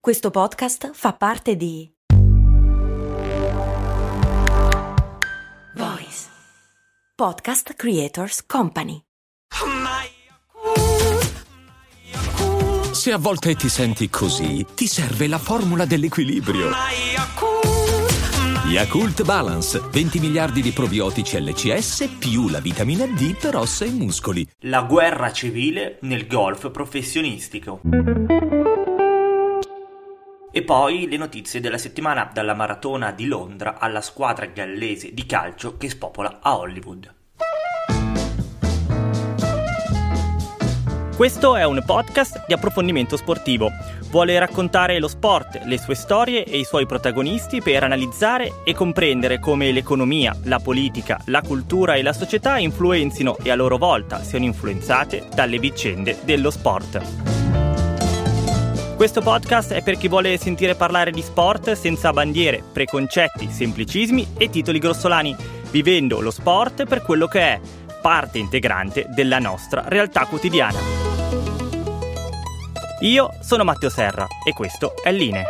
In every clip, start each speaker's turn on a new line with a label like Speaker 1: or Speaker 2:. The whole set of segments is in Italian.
Speaker 1: Questo podcast fa parte di Voice Podcast Creators Company.
Speaker 2: Se a volte ti senti così, ti serve la formula dell'equilibrio. Yakult Balance, 20 miliardi di probiotici LCS più la vitamina D per ossa e muscoli.
Speaker 3: La guerra civile nel golf professionistico. E poi le notizie della settimana, dalla maratona di Londra alla squadra gallese di calcio che spopola a Hollywood.
Speaker 4: Questo è un podcast di approfondimento sportivo. Vuole raccontare lo sport, le sue storie e i suoi protagonisti per analizzare e comprendere come l'economia, la politica, la cultura e la società influenzino e a loro volta siano influenzate dalle vicende dello sport. Questo podcast è per chi vuole sentire parlare di sport senza bandiere, preconcetti, semplicismi e titoli grossolani, vivendo lo sport per quello che è, parte integrante della nostra realtà quotidiana. Io sono Matteo Serra e questo è Linee.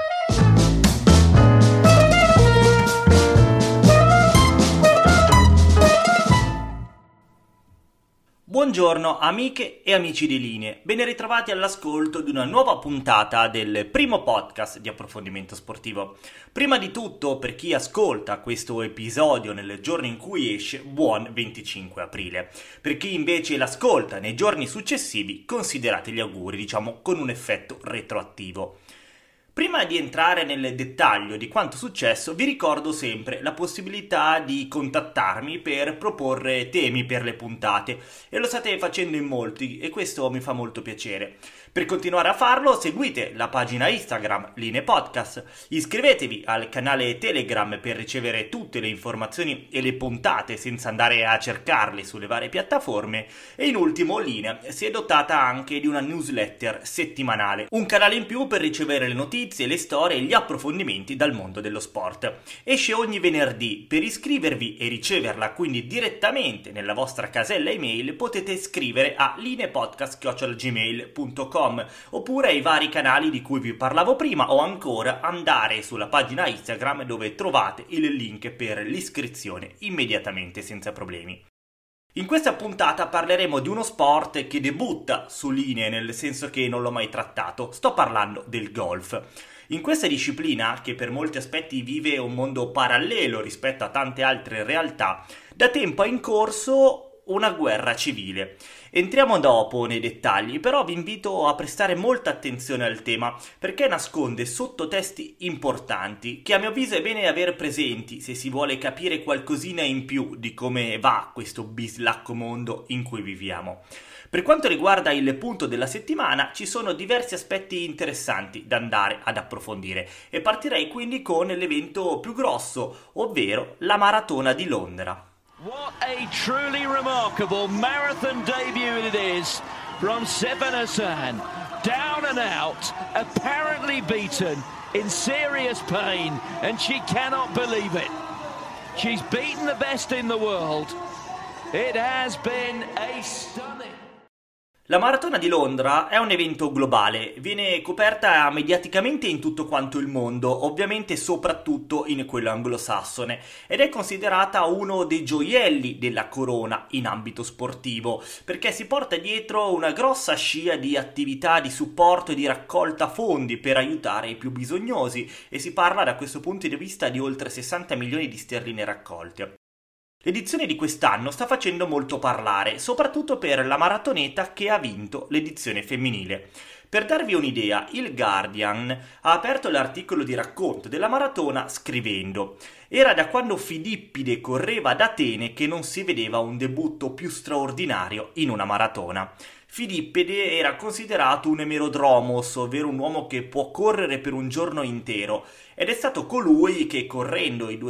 Speaker 3: Buongiorno amiche e amici di Linee, ben ritrovati all'ascolto di una nuova puntata del primo podcast di approfondimento sportivo. Prima di tutto, per chi ascolta questo episodio nel giorno in cui esce, buon 25 aprile. Per chi invece l'ascolta nei giorni successivi, considerate gli auguri, con un effetto retroattivo. Prima di entrare nel dettaglio di quanto successo, vi ricordo sempre la possibilità di contattarmi per proporre temi per le puntate, e lo state facendo in molti e questo mi fa molto piacere. Per continuare a farlo, seguite la pagina Instagram Linee Podcast, iscrivetevi al canale Telegram per ricevere tutte le informazioni e le puntate senza andare a cercarle sulle varie piattaforme, e in ultimo Linee si è dotata anche di una newsletter settimanale, un canale in più per ricevere le notizie, le storie e gli approfondimenti dal mondo dello sport. Esce ogni venerdì. Per iscrivervi e riceverla quindi direttamente nella vostra casella email potete scrivere a lineepodcast@gmail.com oppure ai vari canali di cui vi parlavo prima, o ancora andare sulla pagina Instagram dove trovate il link per l'iscrizione immediatamente senza problemi. In questa puntata parleremo di uno sport che debutta su Linee, nel senso che non l'ho mai trattato. Sto parlando del golf. In questa disciplina, che per molti aspetti vive un mondo parallelo rispetto a tante altre realtà, da tempo è in corso una guerra civile. Entriamo dopo nei dettagli, però vi invito a prestare molta attenzione al tema, perché nasconde sottotesti importanti che a mio avviso è bene aver presenti se si vuole capire qualcosina in più di come va questo bislacco mondo in cui viviamo. Per quanto riguarda il punto della settimana, ci sono diversi aspetti interessanti da andare ad approfondire, e partirei quindi con l'evento più grosso, ovvero la maratona di Londra.
Speaker 5: What a truly remarkable marathon debut it is from Sifan Hassan. Down and out, apparently beaten, in serious pain, and she cannot believe it. She's beaten the best in the world. It has been a stunning...
Speaker 3: La maratona di Londra è un evento globale, viene coperta mediaticamente in tutto quanto il mondo, ovviamente soprattutto in quello anglosassone, ed è considerata uno dei gioielli della corona in ambito sportivo, perché si porta dietro una grossa scia di attività di supporto e di raccolta fondi per aiutare i più bisognosi, e si parla da questo punto di vista di oltre 60 milioni di sterline raccolte. L'edizione di quest'anno sta facendo molto parlare, soprattutto per la maratoneta che ha vinto l'edizione femminile. Per darvi un'idea, il Guardian ha aperto l'articolo di racconto della maratona scrivendo: «Era da quando Filippide correva ad Atene che non si vedeva un debutto più straordinario in una maratona». Filippide era considerato un emerodromos, ovvero un uomo che può correre per un giorno intero, ed è stato colui che, correndo i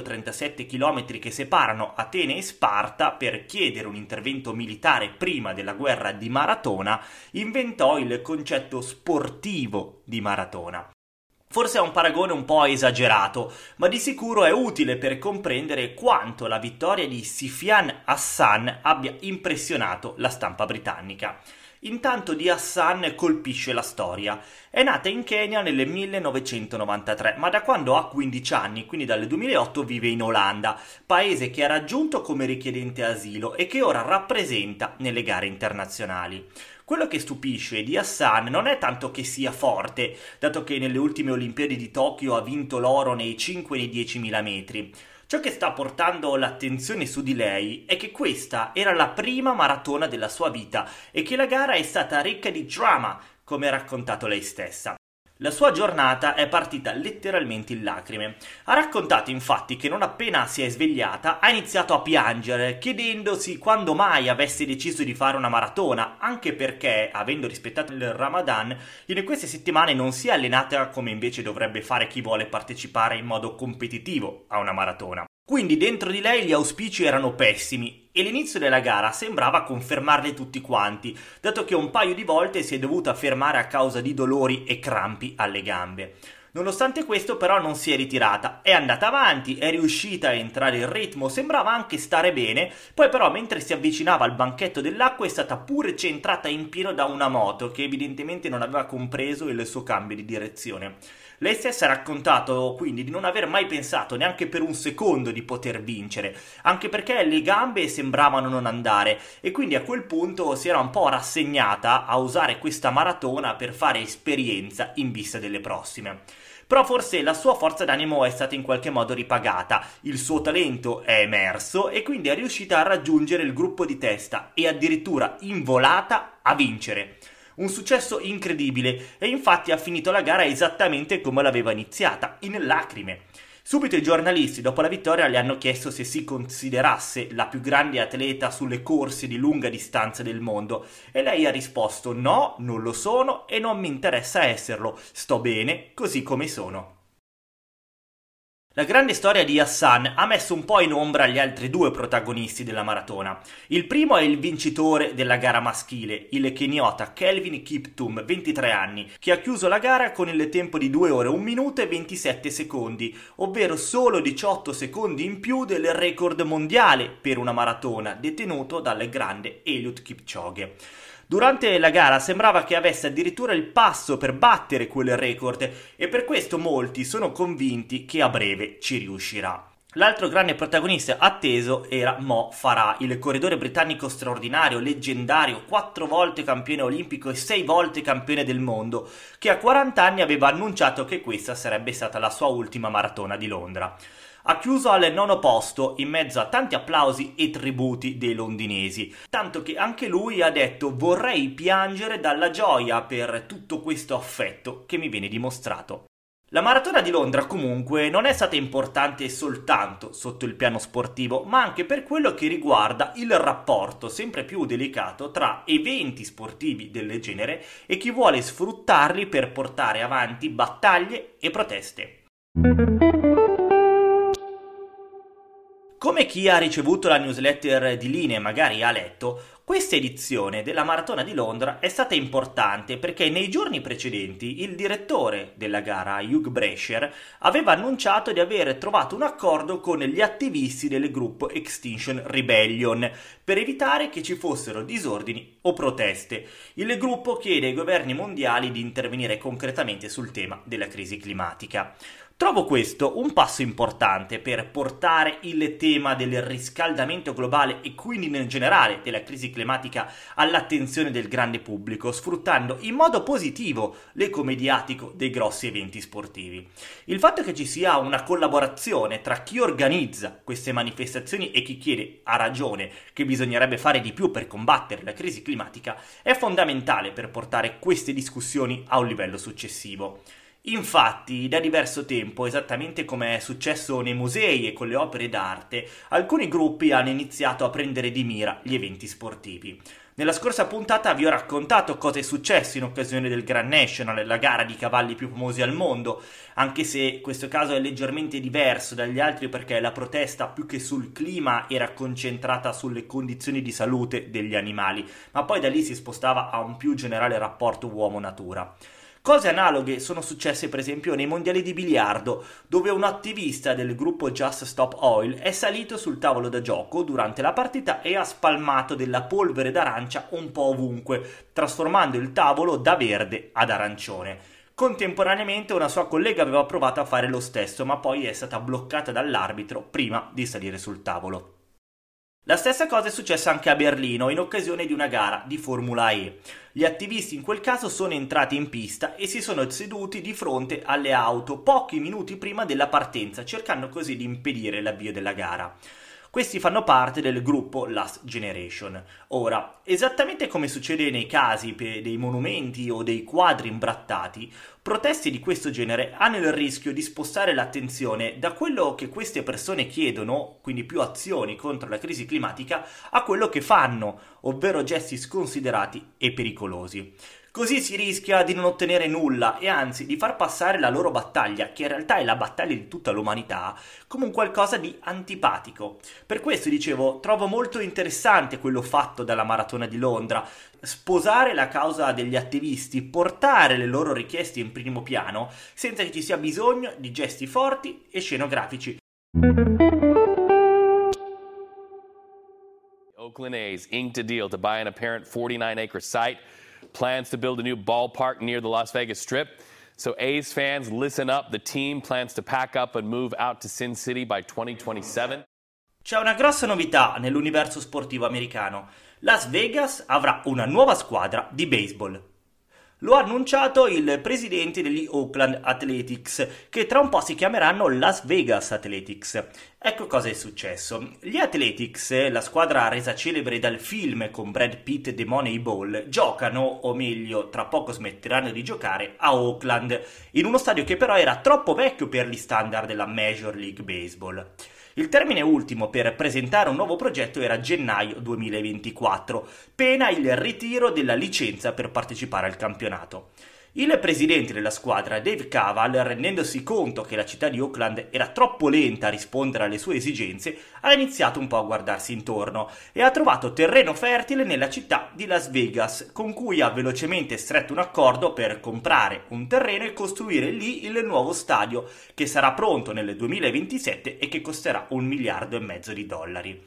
Speaker 3: 237 km che separano Atene e Sparta per chiedere un intervento militare prima della guerra di Maratona, inventò il concetto sportivo di maratona. Forse è un paragone un po' esagerato, ma di sicuro è utile per comprendere quanto la vittoria di Sifan Hassan abbia impressionato la stampa britannica. Intanto di Hassan colpisce la storia. È nata in Kenya nel 1993, ma da quando ha 15 anni, quindi dal 2008, vive in Olanda, paese che ha raggiunto come richiedente asilo e che ora rappresenta nelle gare internazionali. Quello che stupisce di Hassan non è tanto che sia forte, dato che nelle ultime Olimpiadi di Tokyo ha vinto l'oro nei 5 e nei 10.000 metri. Ciò che sta portando l'attenzione su di lei è che questa era la prima maratona della sua vita e che la gara è stata ricca di drama, come ha raccontato lei stessa. La sua giornata è partita letteralmente in lacrime. Ha raccontato infatti che non appena si è svegliata ha iniziato a piangere, chiedendosi quando mai avesse deciso di fare una maratona, anche perché, avendo rispettato il Ramadan, in queste settimane non si è allenata come invece dovrebbe fare chi vuole partecipare in modo competitivo a una maratona. Quindi dentro di lei gli auspici erano pessimi e l'inizio della gara sembrava confermarli tutti quanti, dato che un paio di volte si è dovuta fermare a causa di dolori e crampi alle gambe. Nonostante questo però non si è ritirata, è andata avanti, è riuscita a entrare in ritmo, sembrava anche stare bene, poi però mentre si avvicinava al banchetto dell'acqua è stata pure centrata in pieno da una moto che evidentemente non aveva compreso il suo cambio di direzione. Lei stessa ha raccontato quindi di non aver mai pensato neanche per un secondo di poter vincere, anche perché le gambe sembravano non andare e quindi a quel punto si era un po' rassegnata a usare questa maratona per fare esperienza in vista delle prossime. Però forse la sua forza d'animo è stata in qualche modo ripagata, il suo talento è emerso e quindi è riuscita a raggiungere il gruppo di testa e addirittura in volata a vincere. Un successo incredibile e infatti ha finito la gara esattamente come l'aveva iniziata, in lacrime. Subito i giornalisti dopo la vittoria le hanno chiesto se si considerasse la più grande atleta sulle corse di lunga distanza del mondo e lei ha risposto no, non lo sono e non mi interessa esserlo, sto bene così come sono. La grande storia di Hassan ha messo un po' in ombra gli altri due protagonisti della maratona. Il primo è il vincitore della gara maschile, il keniota Kelvin Kiptum, 23 anni, che ha chiuso la gara con il tempo di 2 ore 1 minuto e 27 secondi, ovvero solo 18 secondi in più del record mondiale per una maratona detenuto dal grande Eliud Kipchoge. Durante la gara sembrava che avesse addirittura il passo per battere quel record e per questo molti sono convinti che a breve ci riuscirà. L'altro grande protagonista atteso era Mo Farah, il corridore britannico straordinario, leggendario, 4 volte campione olimpico e 6 volte campione del mondo, che a 40 anni aveva annunciato che questa sarebbe stata la sua ultima maratona di Londra. Ha chiuso al 9° posto in mezzo a tanti applausi e tributi dei londinesi, tanto che anche lui ha detto vorrei piangere dalla gioia per tutto questo affetto che mi viene dimostrato. La maratona di Londra comunque non è stata importante soltanto sotto il piano sportivo, ma anche per quello che riguarda il rapporto sempre più delicato tra eventi sportivi del genere e chi vuole sfruttarli per portare avanti battaglie e proteste. Come chi ha ricevuto la newsletter di Line magari ha letto, questa edizione della Maratona di Londra è stata importante perché nei giorni precedenti il direttore della gara, Hugh Brasher, aveva annunciato di aver trovato un accordo con gli attivisti del gruppo Extinction Rebellion per evitare che ci fossero disordini o proteste. Il gruppo chiede ai governi mondiali di intervenire concretamente sul tema della crisi climatica. Trovo questo un passo importante per portare il tema del riscaldamento globale e quindi in generale della crisi climatica all'attenzione del grande pubblico, sfruttando in modo positivo l'eco mediatico dei grossi eventi sportivi. Il fatto che ci sia una collaborazione tra chi organizza queste manifestazioni e chi chiede, a ragione, che bisognerebbe fare di più per combattere la crisi climatica è fondamentale per portare queste discussioni a un livello successivo. Infatti, da diverso tempo, esattamente come è successo nei musei e con le opere d'arte, alcuni gruppi hanno iniziato a prendere di mira gli eventi sportivi. Nella scorsa puntata vi ho raccontato cosa è successo in occasione del Grand National, la gara di cavalli più famosi al mondo, anche se questo caso è leggermente diverso dagli altri perché la protesta più che sul clima era concentrata sulle condizioni di salute degli animali, ma poi da lì si spostava a un più generale rapporto uomo-natura. Cose analoghe sono successe per esempio nei mondiali di biliardo, dove un attivista del gruppo Just Stop Oil è salito sul tavolo da gioco durante la partita e ha spalmato della polvere d'arancia un po' ovunque, trasformando il tavolo da verde ad arancione. Contemporaneamente una sua collega aveva provato a fare lo stesso, ma poi è stata bloccata dall'arbitro prima di salire sul tavolo. La stessa cosa è successa anche a Berlino in occasione di una gara di Formula E. Gli attivisti in quel caso sono entrati in pista e si sono seduti di fronte alle auto pochi minuti prima della partenza, cercando così di impedire l'avvio della gara. Questi fanno parte del gruppo Last Generation. Ora, esattamente come succede nei casi dei monumenti o dei quadri imbrattati, proteste di questo genere hanno il rischio di spostare l'attenzione da quello che queste persone chiedono, quindi più azioni contro la crisi climatica, a quello che fanno, ovvero gesti sconsiderati e pericolosi. Così si rischia di non ottenere nulla e anzi di far passare la loro battaglia, che in realtà è la battaglia di tutta l'umanità, come un qualcosa di antipatico. Per questo, dicevo, trovo molto interessante quello fatto dalla Maratona di Londra, sposare la causa degli attivisti, portare le loro richieste in primo piano, senza che ci sia bisogno di gesti forti e scenografici.
Speaker 6: Oakland A's inked a deal to buy an apparent 49-acre site. Plans to build a new ballpark near the Las Vegas Strip. So A's fans, listen up. The team plans to pack up and move out to Sin City by 2027.
Speaker 3: C'è una grossa novità nell'universo sportivo americano. Las Vegas avrà una nuova squadra di baseball. Lo ha annunciato il presidente degli Oakland Athletics, che tra un po' si chiameranno Las Vegas Athletics. Ecco cosa è successo. Gli Athletics, la squadra resa celebre dal film con Brad Pitt e The Moneyball, giocano, o meglio, tra poco smetteranno di giocare, a Oakland, in uno stadio che però era troppo vecchio per gli standard della Major League Baseball. Il termine ultimo per presentare un nuovo progetto era gennaio 2024, pena il ritiro della licenza per partecipare al campionato. Il presidente della squadra, Dave Kaval, rendendosi conto che la città di Oakland era troppo lenta a rispondere alle sue esigenze, ha iniziato un po' a guardarsi intorno e ha trovato terreno fertile nella città di Las Vegas, con cui ha velocemente stretto un accordo per comprare un terreno e costruire lì il nuovo stadio, che sarà pronto nel 2027 e che costerà $1,5 miliardi.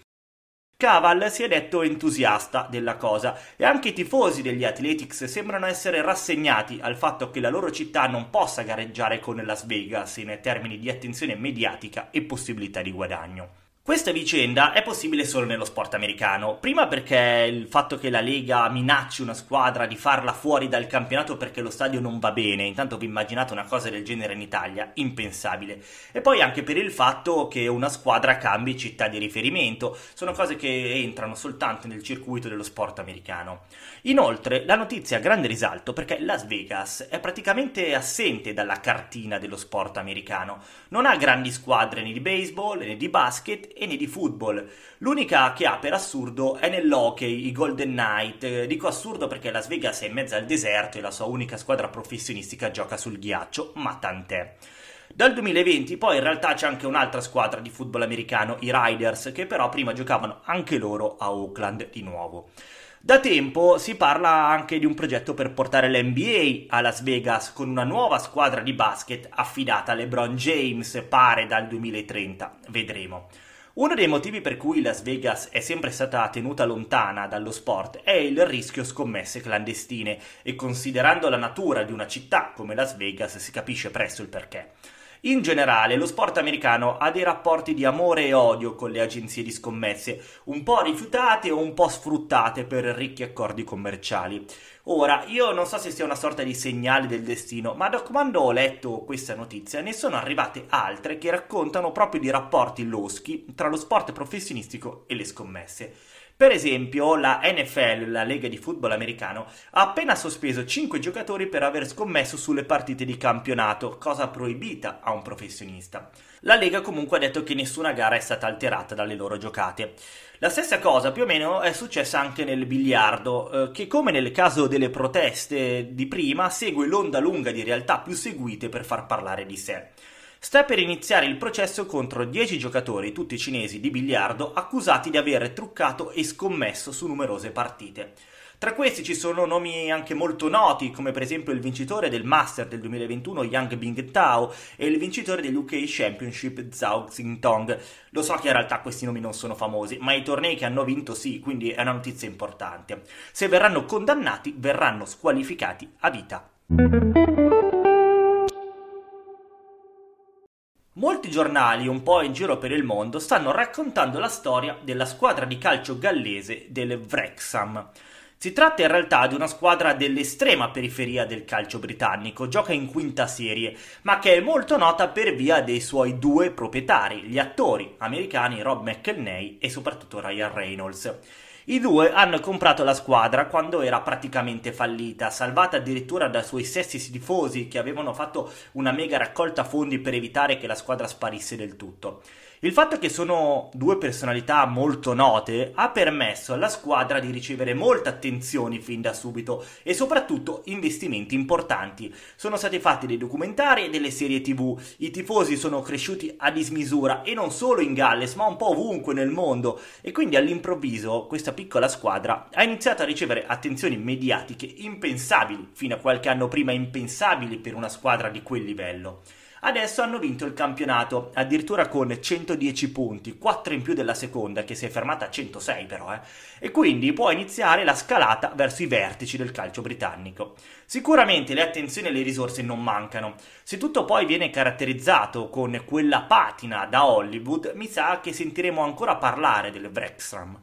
Speaker 3: Kaval si è detto entusiasta della cosa e anche i tifosi degli Athletics sembrano essere rassegnati al fatto che la loro città non possa gareggiare con Las Vegas in termini di attenzione mediatica e possibilità di guadagno. Questa vicenda è possibile solo nello sport americano, prima perché il fatto che la Lega minacci una squadra di farla fuori dal campionato perché lo stadio non va bene, intanto vi immaginate una cosa del genere in Italia, impensabile, e poi anche per il fatto che una squadra cambi città di riferimento, sono cose che entrano soltanto nel circuito dello sport americano. Inoltre la notizia ha grande risalto perché Las Vegas è praticamente assente dalla cartina dello sport americano, non ha grandi squadre né di baseball né di basket e né di football. L'unica che ha per assurdo è nell'hockey, i Golden Knight. Dico assurdo perché Las Vegas è in mezzo al deserto e la sua unica squadra professionistica gioca sul ghiaccio, ma tant'è. Dal 2020 poi in realtà c'è anche un'altra squadra di football americano, i Riders, che però prima giocavano anche loro a Oakland di nuovo. Da tempo si parla anche di un progetto per portare l'NBA a Las Vegas con una nuova squadra di basket affidata a LeBron James, pare dal 2030, vedremo. Uno dei motivi per cui Las Vegas è sempre stata tenuta lontana dallo sport è il rischio scommesse clandestine e considerando la natura di una città come Las Vegas si capisce presto il perché. In generale, lo sport americano ha dei rapporti di amore e odio con le agenzie di scommesse, un po' rifiutate o un po' sfruttate per ricchi accordi commerciali. Ora, io non so se sia una sorta di segnale del destino, ma da quando ho letto questa notizia ne sono arrivate altre che raccontano proprio di rapporti loschi tra lo sport professionistico e le scommesse. Per esempio, la NFL, la Lega di football americano, ha appena sospeso 5 giocatori per aver scommesso sulle partite di campionato, cosa proibita a un professionista. La Lega comunque ha detto che nessuna gara è stata alterata dalle loro giocate. La stessa cosa più o meno è successa anche nel biliardo, che come nel caso delle proteste di prima segue l'onda lunga di realtà più seguite per far parlare di sé. Sta per iniziare il processo contro 10 giocatori, tutti cinesi, di biliardo, accusati di aver truccato e scommesso su numerose partite. Tra questi ci sono nomi anche molto noti, come per esempio il vincitore del Master del 2021 Yang Bingtao e il vincitore dell'UK Championship Zhao Xintong. Lo so che in realtà questi nomi non sono famosi, ma i tornei che hanno vinto sì, quindi è una notizia importante. Se verranno condannati, verranno squalificati a vita. Molti giornali un po' in giro per il mondo stanno raccontando la storia della squadra di calcio gallese del Wrexham. Si tratta in realtà di una squadra dell'estrema periferia del calcio britannico, gioca in quinta serie, ma che è molto nota per via dei suoi due proprietari, gli attori americani Rob McElhenney e soprattutto Ryan Reynolds. I due hanno comprato la squadra quando era praticamente fallita, salvata addirittura dai suoi stessi tifosi che avevano fatto una mega raccolta fondi per evitare che la squadra sparisse del tutto. Il fatto che sono due personalità molto note ha permesso alla squadra di ricevere molte attenzioni fin da subito e soprattutto investimenti importanti. Sono stati fatti dei documentari e delle serie TV, i tifosi sono cresciuti a dismisura e non solo in Galles ma un po' ovunque nel mondo e quindi all'improvviso questa piccola squadra ha iniziato a ricevere attenzioni mediatiche impensabili, fino a qualche anno prima impensabili per una squadra di quel livello. Adesso hanno vinto il campionato, addirittura con 110 punti, 4 in più della seconda che si è fermata a 106 però, e quindi può iniziare la scalata verso i vertici del calcio britannico. Sicuramente le attenzioni e le risorse non mancano. Se tutto poi viene caratterizzato con quella patina da Hollywood, mi sa che sentiremo ancora parlare del Wrexham.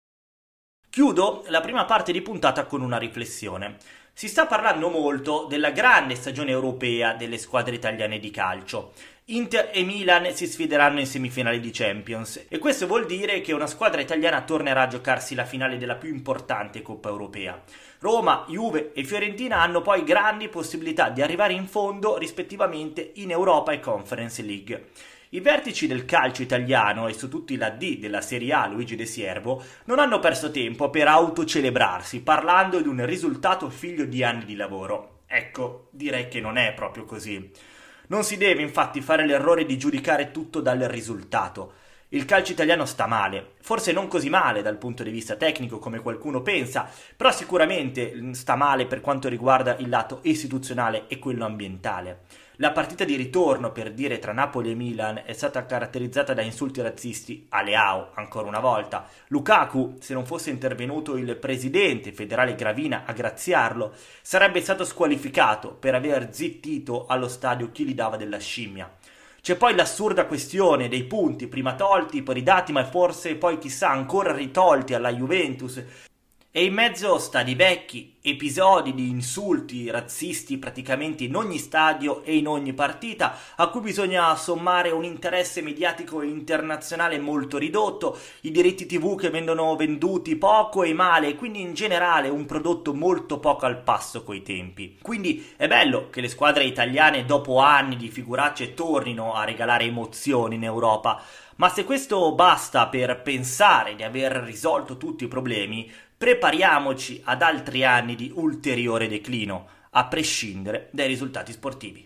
Speaker 3: Chiudo la prima parte di puntata con una riflessione. Si sta parlando molto della grande stagione europea delle squadre italiane di calcio. Inter e Milan si sfideranno in semifinali di Champions e questo vuol dire che una squadra italiana tornerà a giocarsi la finale della più importante Coppa Europea. Roma, Juve e Fiorentina hanno poi grandi possibilità di arrivare in fondo rispettivamente in Europa e Conference League. I vertici del calcio italiano e su tutti la D della Serie A Luigi De Siervo non hanno perso tempo per autocelebrarsi parlando di un risultato figlio di anni di lavoro. Ecco, direi che non è proprio così. Non si deve infatti fare l'errore di giudicare tutto dal risultato. Il calcio italiano sta male, forse non così male dal punto di vista tecnico come qualcuno pensa, però sicuramente sta male per quanto riguarda il lato istituzionale e quello ambientale. La partita di ritorno, per dire, tra Napoli e Milan è stata caratterizzata da insulti razzisti a Leao, ancora una volta. Lukaku, se non fosse intervenuto il presidente federale Gravina a graziarlo, sarebbe stato squalificato per aver zittito allo stadio chi gli dava della scimmia. C'è poi l'assurda questione dei punti, prima tolti, poi ridati, ma forse poi chissà ancora ritolti alla Juventus. E in mezzo stadi vecchi, episodi di insulti razzisti praticamente in ogni stadio e in ogni partita, a cui bisogna sommare un interesse mediatico internazionale molto ridotto, i diritti TV che vengono venduti poco e male, e quindi in generale un prodotto molto poco al passo coi tempi. Quindi è bello che le squadre italiane dopo anni di figuracce tornino a regalare emozioni in Europa, ma se questo basta per pensare di aver risolto tutti i problemi, prepariamoci ad altri anni di ulteriore declino, a prescindere dai risultati sportivi.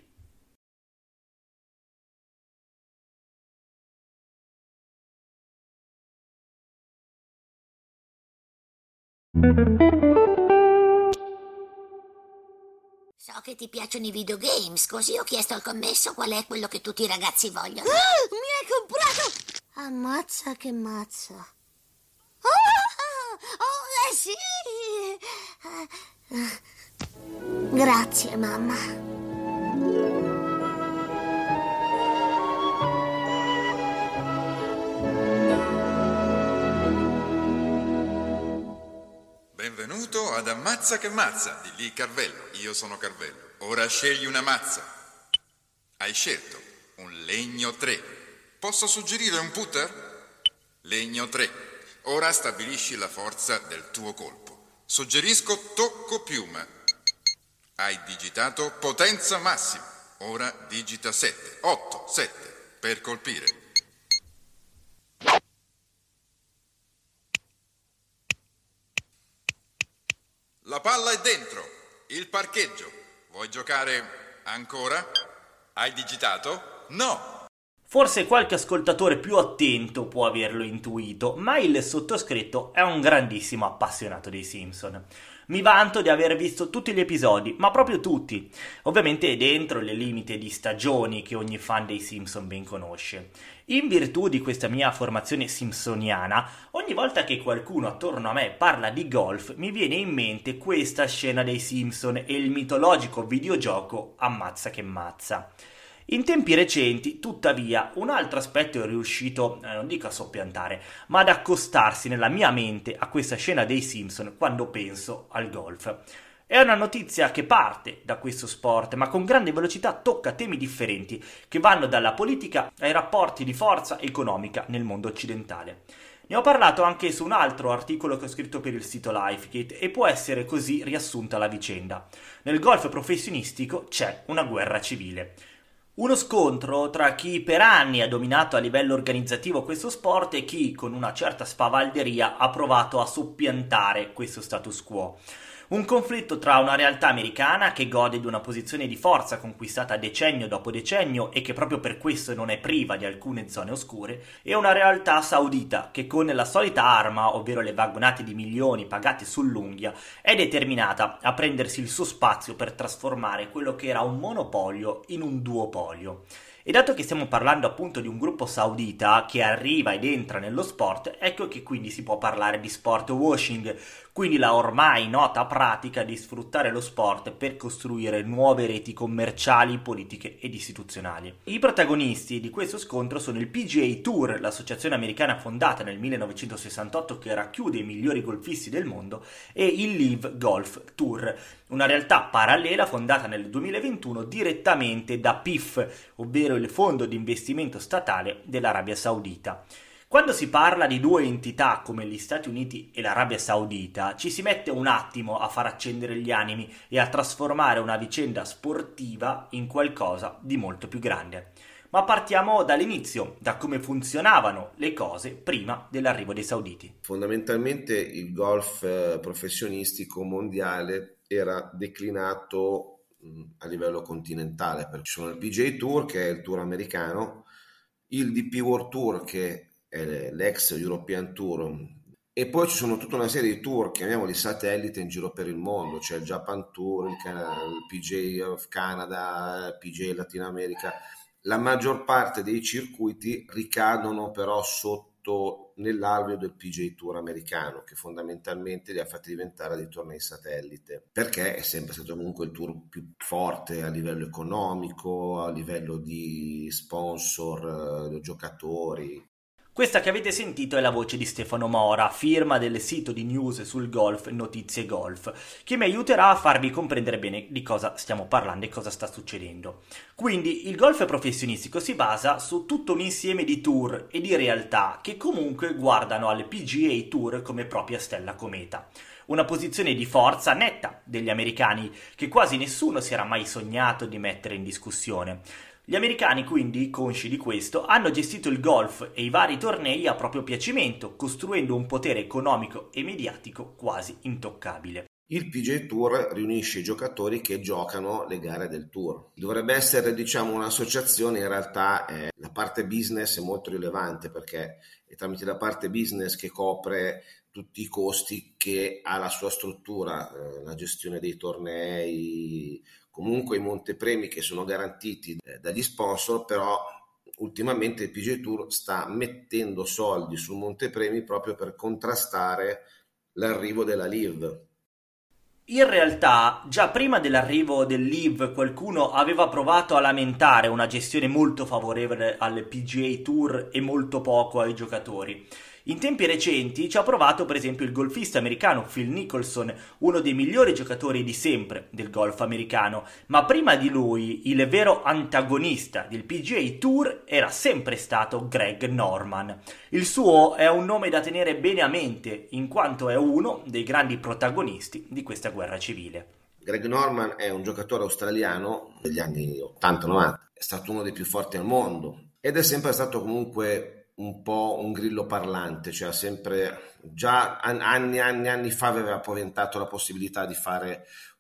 Speaker 7: So che ti piacciono i videogames, così ho chiesto al commesso qual è quello che tutti i ragazzi vogliono.
Speaker 8: Mi hai comprato!
Speaker 7: Ammazza che mazza.
Speaker 8: Sì!
Speaker 7: Grazie, mamma.
Speaker 9: Benvenuto ad Ammazza che mazza di Lee Carvello. Io sono Carvello. Ora scegli una mazza. Hai scelto un legno 3. Posso suggerire un putter? Legno 3. Ora stabilisci la forza del tuo colpo. Suggerisco tocco piuma. Hai digitato potenza massima. Ora digita 7. 8, 7 per colpire. La palla è dentro. Il parcheggio. Vuoi giocare ancora? Hai digitato? No.
Speaker 3: Forse qualche ascoltatore più attento può averlo intuito, ma il sottoscritto è un grandissimo appassionato dei Simpson. Mi vanto di aver visto tutti gli episodi, ma proprio tutti, ovviamente dentro le limiti di stagioni che ogni fan dei Simpson ben conosce. In virtù di questa mia formazione simpsoniana, ogni volta che qualcuno attorno a me parla di golf mi viene in mente questa scena dei Simpson e il mitologico videogioco Ammazza che mazza. In tempi recenti, tuttavia, un altro aspetto è riuscito, non dico a soppiantare, ma ad accostarsi nella mia mente a questa scena dei Simpson quando penso al golf. È una notizia che parte da questo sport, ma con grande velocità tocca temi differenti, che vanno dalla politica ai rapporti di forza economica nel mondo occidentale. Ne ho parlato anche su un altro articolo che ho scritto per il sito Lifekit e può essere così riassunta la vicenda. Nel golf professionistico c'è una guerra civile. Uno scontro tra chi per anni ha dominato a livello organizzativo questo sport e chi, con una certa spavalderia, ha provato a soppiantare questo status quo. Un conflitto tra una realtà americana che gode di una posizione di forza conquistata decennio dopo decennio e che proprio per questo non è priva di alcune zone oscure, e una realtà saudita che con la solita arma, ovvero le vagonate di milioni pagate sull'unghia, è determinata a prendersi il suo spazio per trasformare quello che era un monopolio in un duopolio. E dato che stiamo parlando appunto di un gruppo saudita che arriva ed entra nello sport, ecco che quindi si può parlare di sport washing, quindi la ormai nota pratica di sfruttare lo sport per costruire nuove reti commerciali, politiche ed istituzionali. I protagonisti di questo scontro sono il PGA Tour, l'associazione americana fondata nel 1968 che racchiude i migliori golfisti del mondo, e il LIV Golf Tour, una realtà parallela fondata nel 2021 direttamente da PIF, ovvero il fondo di investimento statale dell'Arabia Saudita. Quando si parla di due entità come gli Stati Uniti e l'Arabia Saudita, ci si mette un attimo a far accendere gli animi e a trasformare una vicenda sportiva in qualcosa di molto più grande. Ma partiamo dall'inizio, da come funzionavano le cose prima dell'arrivo dei sauditi.
Speaker 10: Fondamentalmente il golf professionistico mondiale era declinato a livello continentale, perché ci sono il PGA Tour, che è il tour americano, il DP World Tour, che è l'ex European Tour, e poi ci sono tutta una serie di tour, chiamiamoli satellite, in giro per il mondo. C'è il Japan Tour, il PGA of Canada, il PGA Latino America. La maggior parte dei circuiti ricadono però sotto nell'alveo del PGA Tour americano, che fondamentalmente li ha fatti diventare dei tornei satellite, perché è sempre stato comunque il tour più forte a livello economico, a livello di sponsor, giocatori.
Speaker 3: Questa che avete sentito è la voce di Stefano Mora, firma del sito di news sul golf Notizie Golf, che mi aiuterà a farvi comprendere bene di cosa stiamo parlando e cosa sta succedendo. Quindi il golf professionistico si basa su tutto un insieme di tour e di realtà che comunque guardano al PGA Tour come propria stella cometa. Una posizione di forza netta degli americani che quasi nessuno si era mai sognato di mettere in discussione. Gli americani, quindi, consci di questo, hanno gestito il golf e i vari tornei a proprio piacimento, costruendo un potere economico e mediatico quasi intoccabile.
Speaker 10: Il PGA Tour riunisce i giocatori che giocano le gare del Tour. Dovrebbe essere, un'associazione, in realtà la parte business è molto rilevante, perché è tramite la parte business che copre tutti i costi che ha la sua struttura, la gestione dei tornei, comunque i montepremi che sono garantiti dagli sponsor, però ultimamente il PGA Tour sta mettendo soldi sul montepremi proprio per contrastare l'arrivo della LIV.
Speaker 3: In realtà, già prima dell'arrivo del LIV qualcuno aveva provato a lamentare una gestione molto favorevole al PGA Tour e molto poco ai giocatori. In tempi recenti ci ha provato per esempio il golfista americano Phil Mickelson, uno dei migliori giocatori di sempre del golf americano, ma prima di lui il vero antagonista del PGA Tour era sempre stato Greg Norman. Il suo è un nome da tenere bene a mente, in quanto è uno dei grandi protagonisti di questa guerra civile.
Speaker 10: Greg Norman è un giocatore australiano degli anni 80-90, è stato uno dei più forti al mondo ed è sempre stato comunque un po' un grillo parlante, cioè sempre già anni fa aveva paventato la possibilità di fare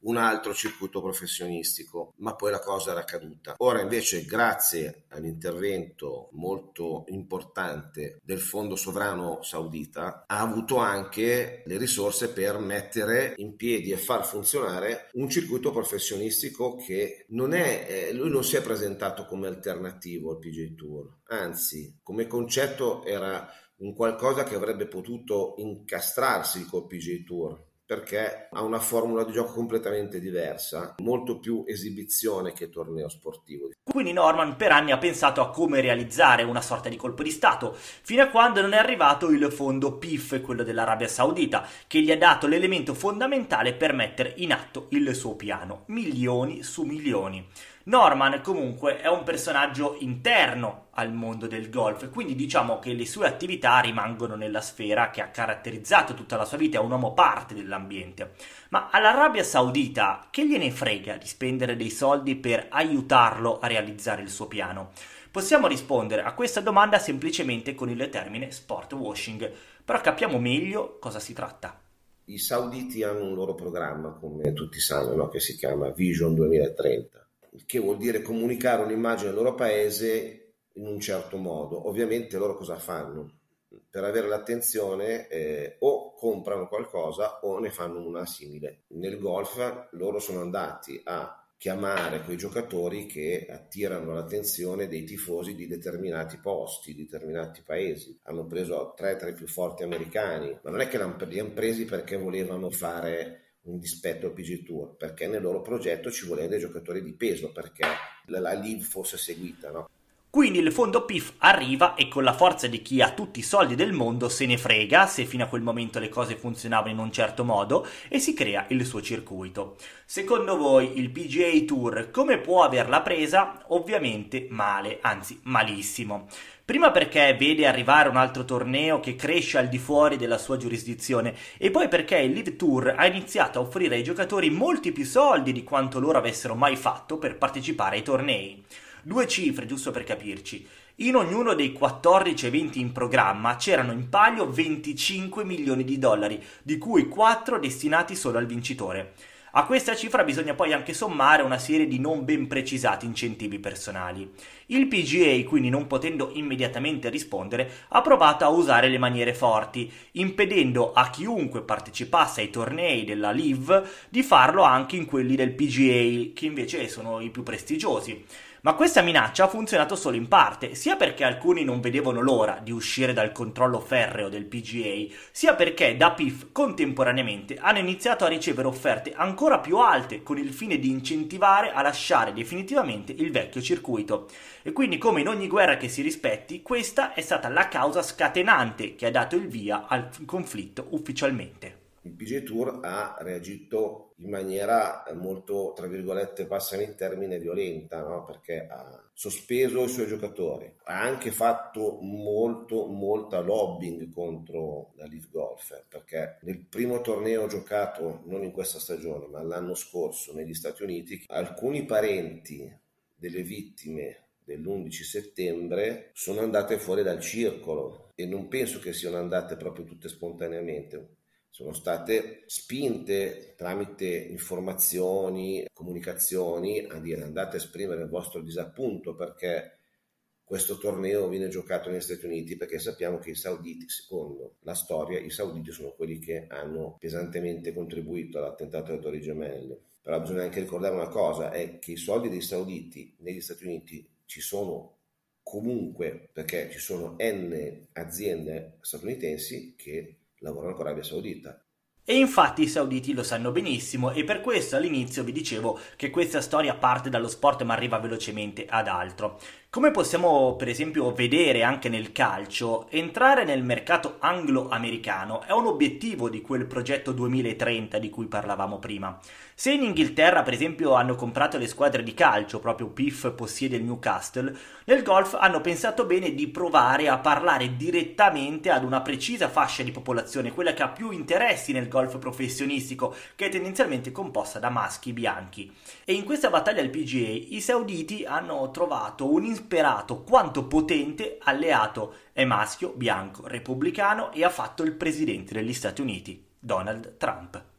Speaker 10: un altro circuito professionistico, ma poi la cosa era caduta. Ora invece, grazie all'intervento molto importante del fondo sovrano saudita, ha avuto anche le risorse per mettere in piedi e far funzionare un circuito professionistico che non è, lui non si è presentato come alternativo al PGA Tour, anzi come concetto era un qualcosa che avrebbe potuto incastrarsi col PGA Tour, perché ha una formula di gioco completamente diversa, molto più esibizione che torneo sportivo.
Speaker 3: Quindi Norman per anni ha pensato a come realizzare una sorta di colpo di stato, fino a quando non è arrivato il fondo PIF, quello dell'Arabia Saudita, che gli ha dato l'elemento fondamentale per mettere in atto il suo piano, milioni su milioni. Norman comunque è un personaggio interno al mondo del golf, quindi diciamo che le sue attività rimangono nella sfera che ha caratterizzato tutta la sua vita, è un uomo parte dell'ambiente. Ma all'Arabia Saudita che gliene frega di spendere dei soldi per aiutarlo a realizzare il suo piano? Possiamo rispondere a questa domanda semplicemente con il termine sport washing, però capiamo meglio cosa si tratta.
Speaker 10: I sauditi hanno un loro programma, come tutti sanno, no? Che si chiama Vision 2030. Che vuol dire comunicare un'immagine del loro paese in un certo modo. Ovviamente loro cosa fanno? Per avere l'attenzione o comprano qualcosa o ne fanno una simile. Nel golf loro sono andati a chiamare quei giocatori che attirano l'attenzione dei tifosi di determinati posti, di determinati paesi. Hanno preso 3 tra i più forti americani, ma non è che li hanno presi perché volevano fare un dispetto al PGA Tour, perché nel loro progetto ci volevano dei giocatori di peso, perché la LIV fosse seguita, no?
Speaker 3: Quindi il fondo PIF arriva e con la forza di chi ha tutti i soldi del mondo se ne frega se fino a quel momento le cose funzionavano in un certo modo e si crea il suo circuito. Secondo voi il PGA Tour come può averla presa? Ovviamente male, anzi malissimo. Prima perché vede arrivare un altro torneo che cresce al di fuori della sua giurisdizione e poi perché il Live Tour ha iniziato a offrire ai giocatori molti più soldi di quanto loro avessero mai fatto per partecipare ai tornei. 2 cifre, giusto per capirci. In ognuno dei 14 eventi in programma c'erano in palio 25 milioni di dollari, di cui 4 destinati solo al vincitore. A questa cifra bisogna poi anche sommare una serie di non ben precisati incentivi personali. Il PGA, quindi non potendo immediatamente rispondere, ha provato a usare le maniere forti, impedendo a chiunque partecipasse ai tornei della LIV di farlo anche in quelli del PGA, che invece sono i più prestigiosi. Ma questa minaccia ha funzionato solo in parte, sia perché alcuni non vedevano l'ora di uscire dal controllo ferreo del PGA, sia perché da PIF contemporaneamente hanno iniziato a ricevere offerte ancora più alte con il fine di incentivare a lasciare definitivamente il vecchio circuito. E quindi, come in ogni guerra che si rispetti, questa è stata la causa scatenante che ha dato il via al conflitto ufficialmente.
Speaker 10: Il PGA Tour ha reagito in maniera molto, tra virgolette, passami il termine, violenta, no? Perché ha sospeso i suoi giocatori, ha anche fatto molta lobbying contro la LIV Golf, perché nel primo torneo giocato, non in questa stagione, ma l'anno scorso negli Stati Uniti, alcuni parenti delle vittime dell'11 settembre sono andate fuori dal circolo e non penso che siano andate proprio tutte spontaneamente. Sono state spinte tramite informazioni, comunicazioni a dire andate a esprimere il vostro disappunto perché questo torneo viene giocato negli Stati Uniti, perché sappiamo che i sauditi, secondo la storia, i sauditi sono quelli che hanno pesantemente contribuito all'attentato alle Torri Gemelle. Però bisogna anche ricordare una cosa, è che i soldi dei sauditi negli Stati Uniti ci sono comunque, perché ci sono N aziende statunitensi che lavorano con l'Arabia Saudita.
Speaker 3: E infatti i sauditi lo sanno benissimo e per questo all'inizio vi dicevo che questa storia parte dallo sport ma arriva velocemente ad altro. Come possiamo per esempio vedere anche nel calcio, entrare nel mercato anglo-americano è un obiettivo di quel progetto 2030 di cui parlavamo prima. Se in Inghilterra per esempio hanno comprato le squadre di calcio, proprio PIF possiede il Newcastle, nel golf hanno pensato bene di provare a parlare direttamente ad una precisa fascia di popolazione, quella che ha più interessi nel golf professionistico, che è tendenzialmente composta da maschi bianchi. E in questa battaglia al PGA i sauditi hanno trovato un insperato quanto potente alleato, è maschio, bianco, repubblicano e ha fatto il presidente degli Stati Uniti, Donald Trump.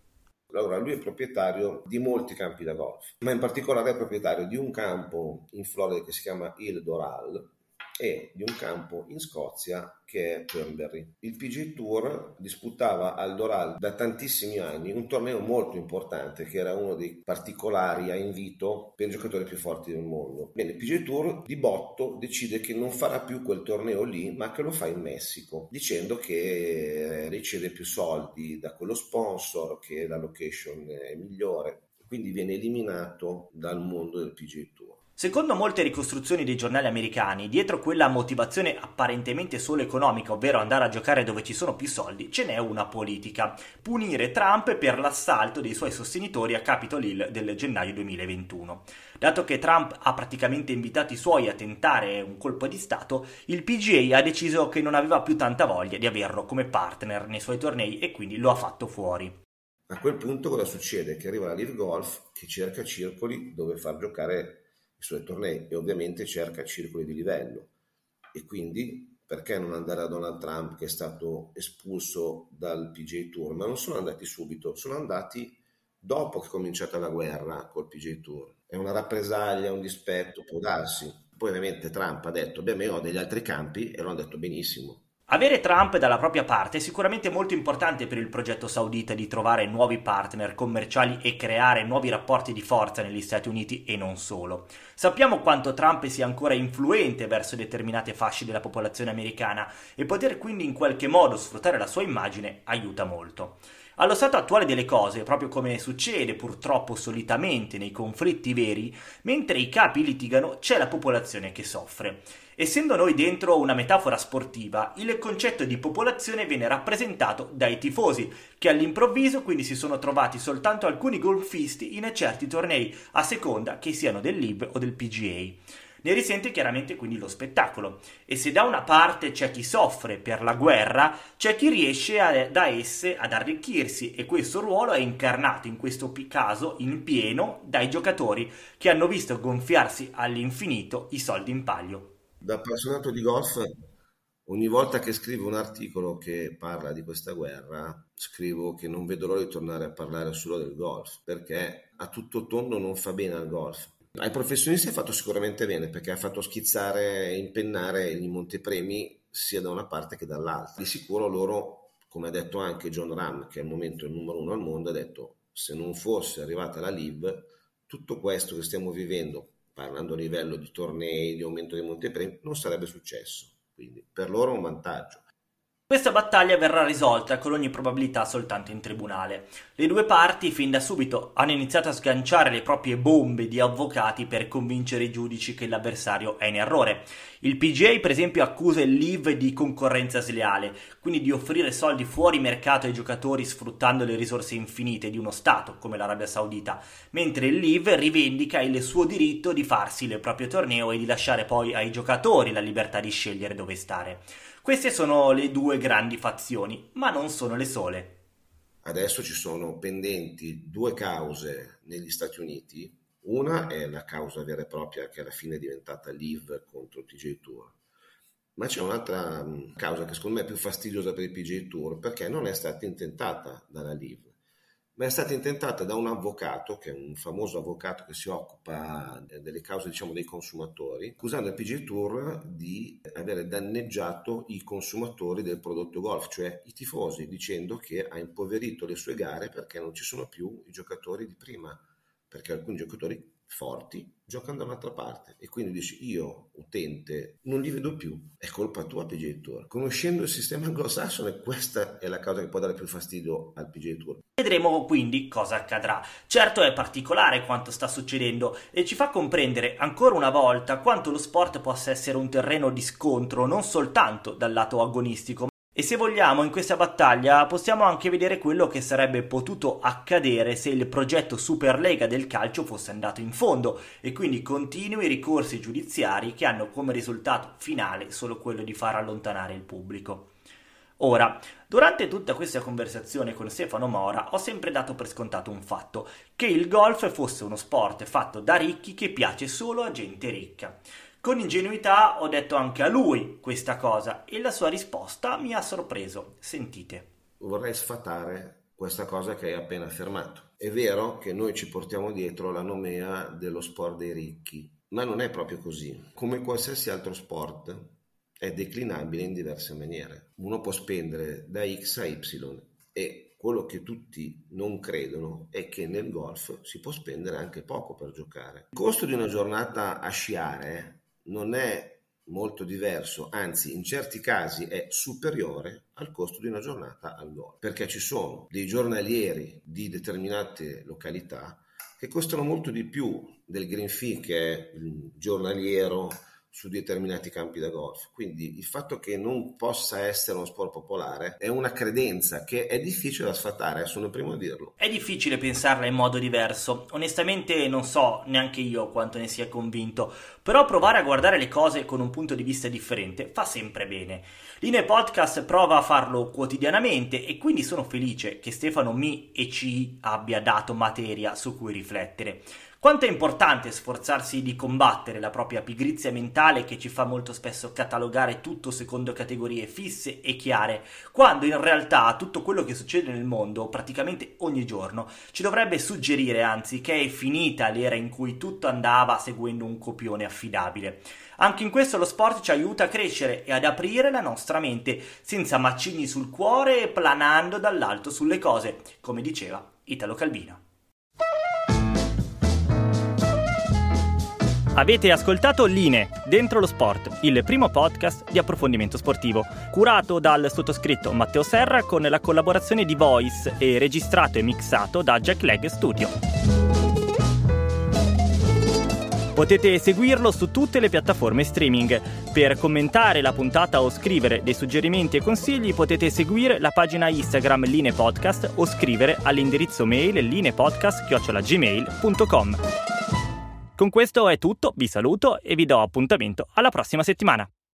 Speaker 10: Allora, lui è proprietario di molti campi da golf, ma in particolare è proprietario di un campo in Florida che si chiama Il Doral e di un campo in Scozia che è Turnberry. Il PGA Tour disputava al Doral da tantissimi anni un torneo molto importante che era uno dei particolari a invito per i giocatori più forti del mondo. Bene, il PGA Tour di botto decide che non farà più quel torneo lì, ma che lo fa in Messico, dicendo che riceve più soldi da quello sponsor, che la location è migliore, quindi viene eliminato dal mondo del PGA Tour.
Speaker 3: Secondo molte ricostruzioni dei giornali americani, dietro quella motivazione apparentemente solo economica, ovvero andare a giocare dove ci sono più soldi, ce n'è una politica: punire Trump per l'assalto dei suoi sostenitori a Capitol Hill del gennaio 2021. Dato che Trump ha praticamente invitato i suoi a tentare un colpo di stato, il PGA ha deciso che non aveva più tanta voglia di averlo come partner nei suoi tornei e quindi lo ha fatto fuori.
Speaker 10: A quel punto cosa succede? Che arriva la Live Golf che cerca circoli dove far giocare i suoi tornei e ovviamente cerca circoli di livello, e quindi perché non andare a Donald Trump che è stato espulso dal PGA Tour? Ma non sono andati subito, sono andati dopo che è cominciata la guerra col PGA Tour. È una rappresaglia, un dispetto, può darsi. Poi ovviamente Trump ha detto beh, io ho degli altri campi, e lo hanno detto benissimo.
Speaker 3: Avere Trump dalla propria parte è sicuramente molto importante per il progetto saudita di trovare nuovi partner commerciali e creare nuovi rapporti di forza negli Stati Uniti e non solo. Sappiamo quanto Trump sia ancora influente verso determinate fasce della popolazione americana e poter quindi in qualche modo sfruttare la sua immagine aiuta molto. Allo stato attuale delle cose, proprio come succede purtroppo solitamente nei conflitti veri, mentre i capi litigano c'è la popolazione che soffre. Essendo noi dentro una metafora sportiva, il concetto di popolazione viene rappresentato dai tifosi, che all'improvviso quindi si sono trovati soltanto alcuni golfisti in certi tornei, a seconda che siano del LIV o del PGA. Ne risente chiaramente quindi lo spettacolo, e se da una parte c'è chi soffre per la guerra, c'è chi riesce da esse ad arricchirsi, e questo ruolo è incarnato in questo caso in pieno dai giocatori che hanno visto gonfiarsi all'infinito i soldi in palio.
Speaker 10: Da appassionato di golf, ogni volta che scrivo un articolo che parla di questa guerra, scrivo che non vedo l'ora di tornare a parlare solo del golf, perché a tutto tondo non fa bene al golf. Ai professionisti ha fatto sicuramente bene, perché ha fatto schizzare e impennare i montepremi sia da una parte che dall'altra. Di sicuro loro, come ha detto anche Jon Rahm, che al momento è il numero 1 al mondo, ha detto se non fosse arrivata la LIV, tutto questo che stiamo vivendo, parlando a livello di tornei, di aumento dei montepremi, non sarebbe successo. Quindi per loro è un vantaggio.
Speaker 3: Questa battaglia verrà risolta con ogni probabilità soltanto in tribunale. Le due parti fin da subito hanno iniziato a sganciare le proprie bombe di avvocati per convincere i giudici che l'avversario è in errore. Il PGA per esempio accusa il LIV di concorrenza sleale, quindi di offrire soldi fuori mercato ai giocatori sfruttando le risorse infinite di uno stato come l'Arabia Saudita, mentre il LIV rivendica il suo diritto di farsi il proprio torneo e di lasciare poi ai giocatori la libertà di scegliere dove stare. Queste sono le due grandi fazioni, ma non sono le sole.
Speaker 10: Adesso ci sono pendenti due cause negli Stati Uniti. Una è la causa vera e propria, che alla fine è diventata LIV contro il PGA Tour. Ma c'è un'altra causa che secondo me è più fastidiosa per il PGA Tour, perché non è stata intentata dalla LIV, ma è stata intentata da un avvocato, che è un famoso avvocato che si occupa delle cause, diciamo, dei consumatori, accusando il PGA Tour di avere danneggiato i consumatori del prodotto golf, cioè i tifosi, dicendo che ha impoverito le sue gare perché non ci sono più i giocatori di prima, perché alcuni giocatori forti giocano da un'altra parte, e quindi dici io utente non li vedo più, è colpa tua PGA Tour. Conoscendo il sistema anglosassone, questa è la causa che può dare più fastidio al PGA Tour.
Speaker 3: Vedremo quindi cosa accadrà. Certo è particolare quanto sta succedendo e ci fa comprendere ancora una volta quanto lo sport possa essere un terreno di scontro non soltanto dal lato agonistico. E se vogliamo, in questa battaglia possiamo anche vedere quello che sarebbe potuto accadere se il progetto Superlega del calcio fosse andato in fondo e quindi continui ricorsi giudiziari che hanno come risultato finale solo quello di far allontanare il pubblico. Ora, durante tutta questa conversazione con Stefano Mora ho sempre dato per scontato un fatto, che il golf fosse uno sport fatto da ricchi che piace solo a gente ricca. Con ingenuità ho detto anche a lui questa cosa e la sua risposta mi ha sorpreso. Sentite.
Speaker 10: Vorrei sfatare questa cosa che hai appena affermato. È vero che noi ci portiamo dietro la nomea dello sport dei ricchi, ma non è proprio così. Come qualsiasi altro sport è declinabile in diverse maniere. Uno può spendere da X a Y e quello che tutti non credono è che nel golf si può spendere anche poco per giocare. Il costo di una giornata a sciare non è molto diverso, anzi in certi casi è superiore al costo di una giornata al golf, perché ci sono dei giornalieri di determinate località che costano molto di più del green fee, che è il giornaliero su determinati campi da golf. Quindi il fatto che non possa essere uno sport popolare è una credenza che è difficile da sfatare, sono il primo a dirlo.
Speaker 3: È difficile pensarla in modo diverso, onestamente non so neanche io quanto ne sia convinto, però provare a guardare le cose con un punto di vista differente fa sempre bene. Linee Podcast prova a farlo quotidianamente e quindi sono felice che Stefano mi e ci abbia dato materia su cui riflettere. Quanto è importante sforzarsi di combattere la propria pigrizia mentale che ci fa molto spesso catalogare tutto secondo categorie fisse e chiare, quando in realtà tutto quello che succede nel mondo, praticamente ogni giorno, ci dovrebbe suggerire anzi che è finita l'era in cui tutto andava seguendo un copione affidabile. Anche in questo lo sport ci aiuta a crescere e ad aprire la nostra mente, senza macigni sul cuore e planando dall'alto sulle cose, come diceva Italo Calvino.
Speaker 4: Avete ascoltato Linee, Dentro lo Sport, il primo podcast di approfondimento sportivo, curato dal sottoscritto Matteo Serra con la collaborazione di Voice e registrato e mixato da Jack Leg Studio. Potete seguirlo su tutte le piattaforme streaming. Per commentare la puntata o scrivere dei suggerimenti e consigli potete seguire la pagina Instagram Linee Podcast o scrivere all'indirizzo mail lineepodcast@gmail.com. Con questo è tutto, vi saluto e vi do appuntamento alla prossima settimana.